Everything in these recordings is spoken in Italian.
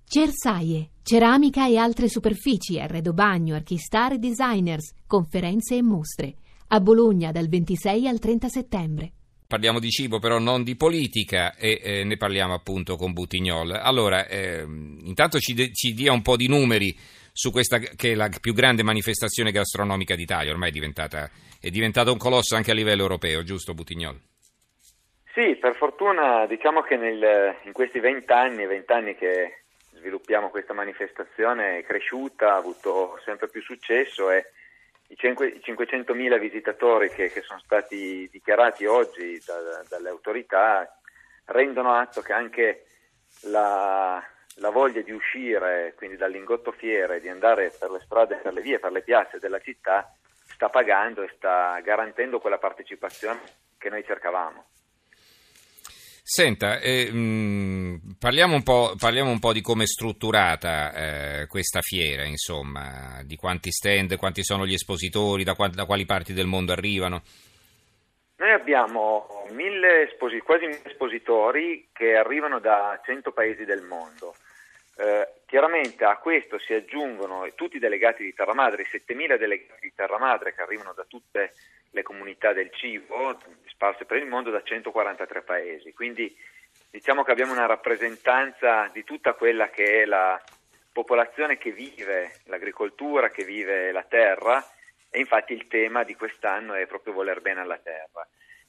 Cersaie, ceramica e altre superfici, arredo bagno, archistar e designers, conferenze e mostre. A Bologna dal 26 al 30 settembre. Parliamo di cibo, però non di politica, e ne parliamo appunto con Buttignol. Allora, intanto ci dia un po' di numeri su questa che è la più grande manifestazione gastronomica d'Italia. Ormai è diventata un colosso anche a livello europeo, giusto Buttignol? Sì, per fortuna diciamo che in questi 20 anni che sviluppiamo questa manifestazione è cresciuta, ha avuto sempre più successo e i 500.000 visitatori che sono stati dichiarati oggi dalle autorità rendono atto che anche la voglia di uscire, quindi dal Lingotto Fiere, di andare per le strade, per le vie, per le piazze della città, sta pagando e sta garantendo quella partecipazione che noi cercavamo. Senta, parliamo un po' di come è strutturata questa fiera, insomma, di quanti stand, quanti sono gli espositori, da quali parti del mondo arrivano. Noi abbiamo quasi 1.000 espositori che arrivano da 100 paesi del mondo. Chiaramente a questo si aggiungono tutti i delegati di Terramadre, 7.000 delegati di Terramadre che arrivano da tutte le comunità del cibo sparse per il mondo, da 143 paesi. Quindi diciamo che abbiamo una rappresentanza di tutta quella che è la popolazione che vive l'agricoltura, che vive la terra, e infatti il tema di quest'anno è proprio voler bene alla terra.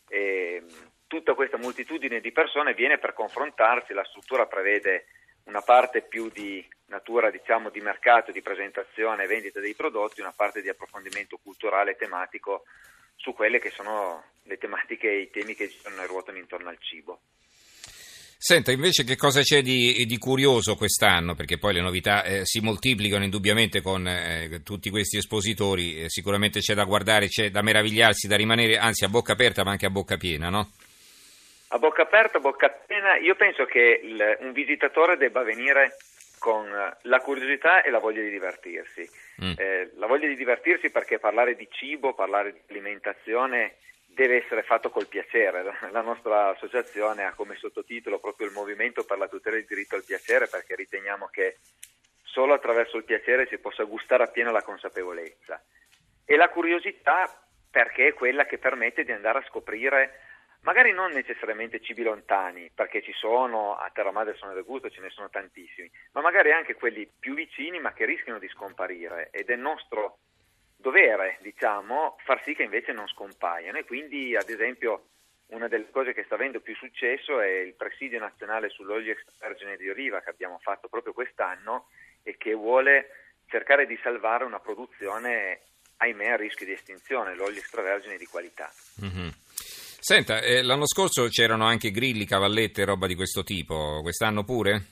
E tutta questa moltitudine di persone viene per confrontarsi. La struttura prevede una parte più di natura, diciamo, di mercato, di presentazione e vendita dei prodotti, una parte di approfondimento culturale e tematico su quelle che sono le tematiche e i temi che girano e ruotano intorno al cibo. Senta, invece che cosa c'è di curioso quest'anno? Perché poi le novità si moltiplicano indubbiamente con tutti questi espositori, sicuramente c'è da guardare, c'è da meravigliarsi, da rimanere anzi a bocca aperta ma anche a bocca piena, no? A bocca aperta, a bocca piena, io penso che un visitatore debba venire con la curiosità e la voglia di divertirsi. La voglia di divertirsi perché parlare di cibo, parlare di alimentazione deve essere fatto col piacere. La nostra associazione ha come sottotitolo proprio il movimento per la tutela del diritto al piacere, perché riteniamo che solo attraverso il piacere si possa gustare appieno la consapevolezza. E la curiosità perché è quella che permette di andare a scoprire magari non necessariamente cibi lontani, perché ci sono, a Terramadre sono del gusto, ce ne sono tantissimi, ma magari anche quelli più vicini ma che rischiano di scomparire, ed è nostro dovere, diciamo, far sì che invece non scompaiano. E quindi, ad esempio, una delle cose che sta avendo più successo è il presidio nazionale sull'olio extravergine di oliva che abbiamo fatto proprio quest'anno e che vuole cercare di salvare una produzione, ahimè, a rischio di estinzione, l'olio extravergine di qualità. Mm-hmm. Senta, l'anno scorso c'erano anche grilli, cavallette, roba di questo tipo, quest'anno pure?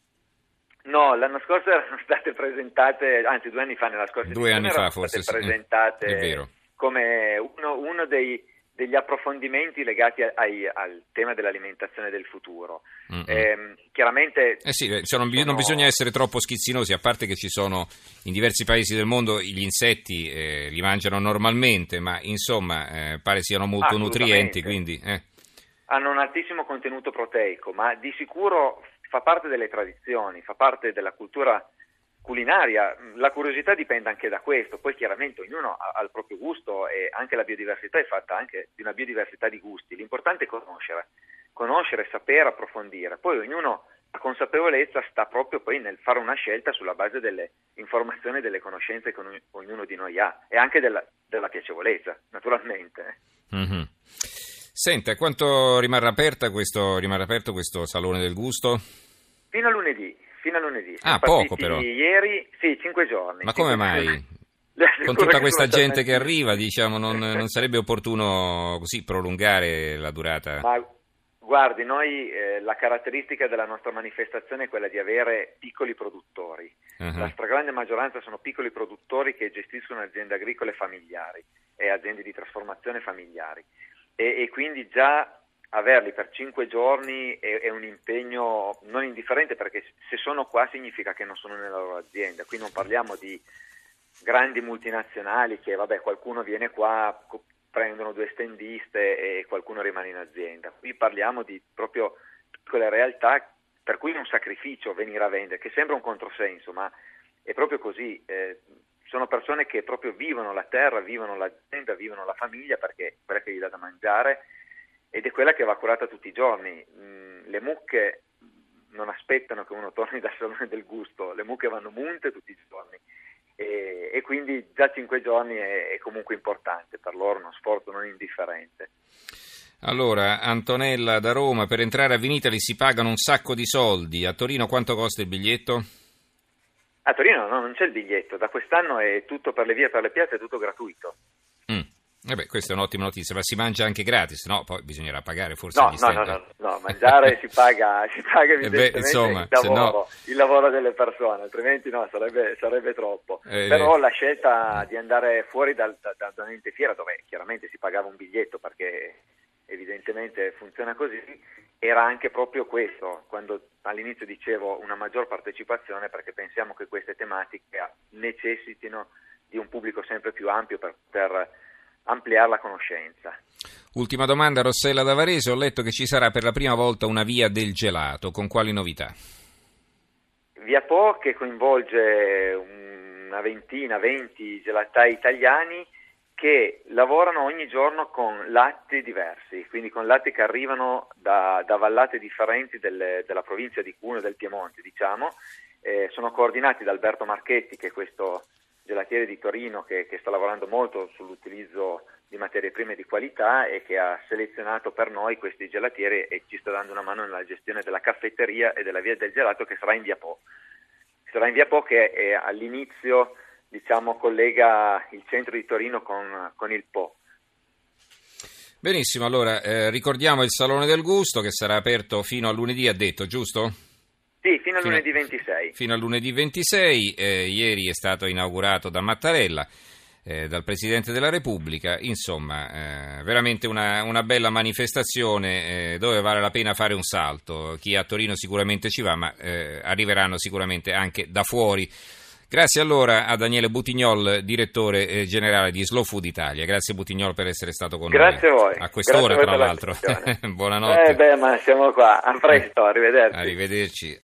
No, l'anno scorso erano state presentate, anzi 2 anni fa, nella scorsa edizione erano forse state presentate è vero, come uno degli approfondimenti legati al tema dell'alimentazione del futuro. Chiaramente non bisogna essere troppo schizzinosi, a parte che ci sono in diversi paesi del mondo gli insetti li mangiano normalmente, ma insomma pare siano molto nutrienti, quindi hanno un altissimo contenuto proteico, ma di sicuro fa parte delle tradizioni, fa parte della cultura culinaria. La curiosità dipende anche da questo, poi chiaramente ognuno ha il proprio gusto e anche la biodiversità è fatta anche di una biodiversità di gusti. L'importante è conoscere, sapere, approfondire. Poi ognuno, la consapevolezza sta proprio poi nel fare una scelta sulla base delle informazioni e delle conoscenze che ognuno di noi ha, e anche della piacevolezza, naturalmente. Mm-hmm. Senta, quanto rimarrà aperto questo Salone del Gusto? Fino a lunedì. Poco però. Ieri, sì, 5 giorni. Ma come mai? Con tutta questa gente che arriva, diciamo, non sarebbe opportuno così prolungare la durata? Ma guardi, noi la caratteristica della nostra manifestazione è quella di avere piccoli produttori. Uh-huh. La stragrande maggioranza sono piccoli produttori che gestiscono aziende agricole familiari e aziende di trasformazione familiari. E quindi già averli per 5 giorni è un impegno non indifferente, perché se sono qua significa che non sono nella loro azienda. Qui non parliamo di grandi multinazionali che qualcuno viene qua, prendono 2 stendiste e qualcuno rimane in azienda. Qui parliamo di proprio piccole realtà per cui è un sacrificio venire a vendere, che sembra un controsenso, ma è proprio così. Sono persone che proprio vivono la terra, vivono l'azienda, vivono la famiglia, perché è quella che gli dà da mangiare ed è quella che va curata tutti i giorni. Le mucche non aspettano che uno torni dal Salone del Gusto, le mucche vanno munte tutti i giorni e quindi già 5 giorni è comunque importante per loro, uno sforzo non indifferente. Allora, Antonella da Roma, per entrare a Vinitaly si pagano un sacco di soldi, a Torino quanto costa il biglietto? A Torino no, non c'è il biglietto, da quest'anno è tutto per le vie e per le piazze, è tutto gratuito. Questa è un'ottima notizia, ma si mangia anche gratis, no? Poi bisognerà pagare forse gli stand. No, mangiare si paga evidentemente insomma, il lavoro delle persone, altrimenti no, sarebbe troppo. Però la scelta di andare fuori da un ente fiera, dove chiaramente si pagava un biglietto perché evidentemente funziona così, era anche proprio questo, quando all'inizio dicevo una maggior partecipazione, perché pensiamo che queste tematiche necessitino di un pubblico sempre più ampio per poter ampliare la conoscenza. Ultima domanda, Rossella da Varese, ho letto che ci sarà per la prima volta una via del gelato, con quali novità? Via Po, che coinvolge una 20 gelatai italiani che lavorano ogni giorno con latte diversi, quindi con latte che arrivano da vallate differenti della provincia di Cuneo, del Piemonte, diciamo. Sono coordinati da Alberto Marchetti, che è questo gelatiere di Torino che sta lavorando molto sull'utilizzo di materie prime di qualità e che ha selezionato per noi questi gelatieri e ci sta dando una mano nella gestione della caffetteria e della via del gelato, che sarà in via Po. Sarà in via Po, che è all'inizio, diciamo, collega il centro di Torino con il Po. Benissimo, allora ricordiamo il Salone del Gusto che sarà aperto fino a lunedì, ha detto, giusto? Sì, fino a lunedì 26. Fino a lunedì 26, ieri è stato inaugurato da Mattarella, dal Presidente della Repubblica, insomma veramente una bella manifestazione dove vale la pena fare un salto. Chi è a Torino sicuramente ci va, ma arriveranno sicuramente anche da fuori. Grazie allora a Daniele Butignol, direttore generale di Slow Food Italia. Grazie Butignol per essere stato con noi. Grazie a voi. A quest'ora, tra l'altro. Buonanotte. Ma siamo qua. A presto, arrivederci. Arrivederci.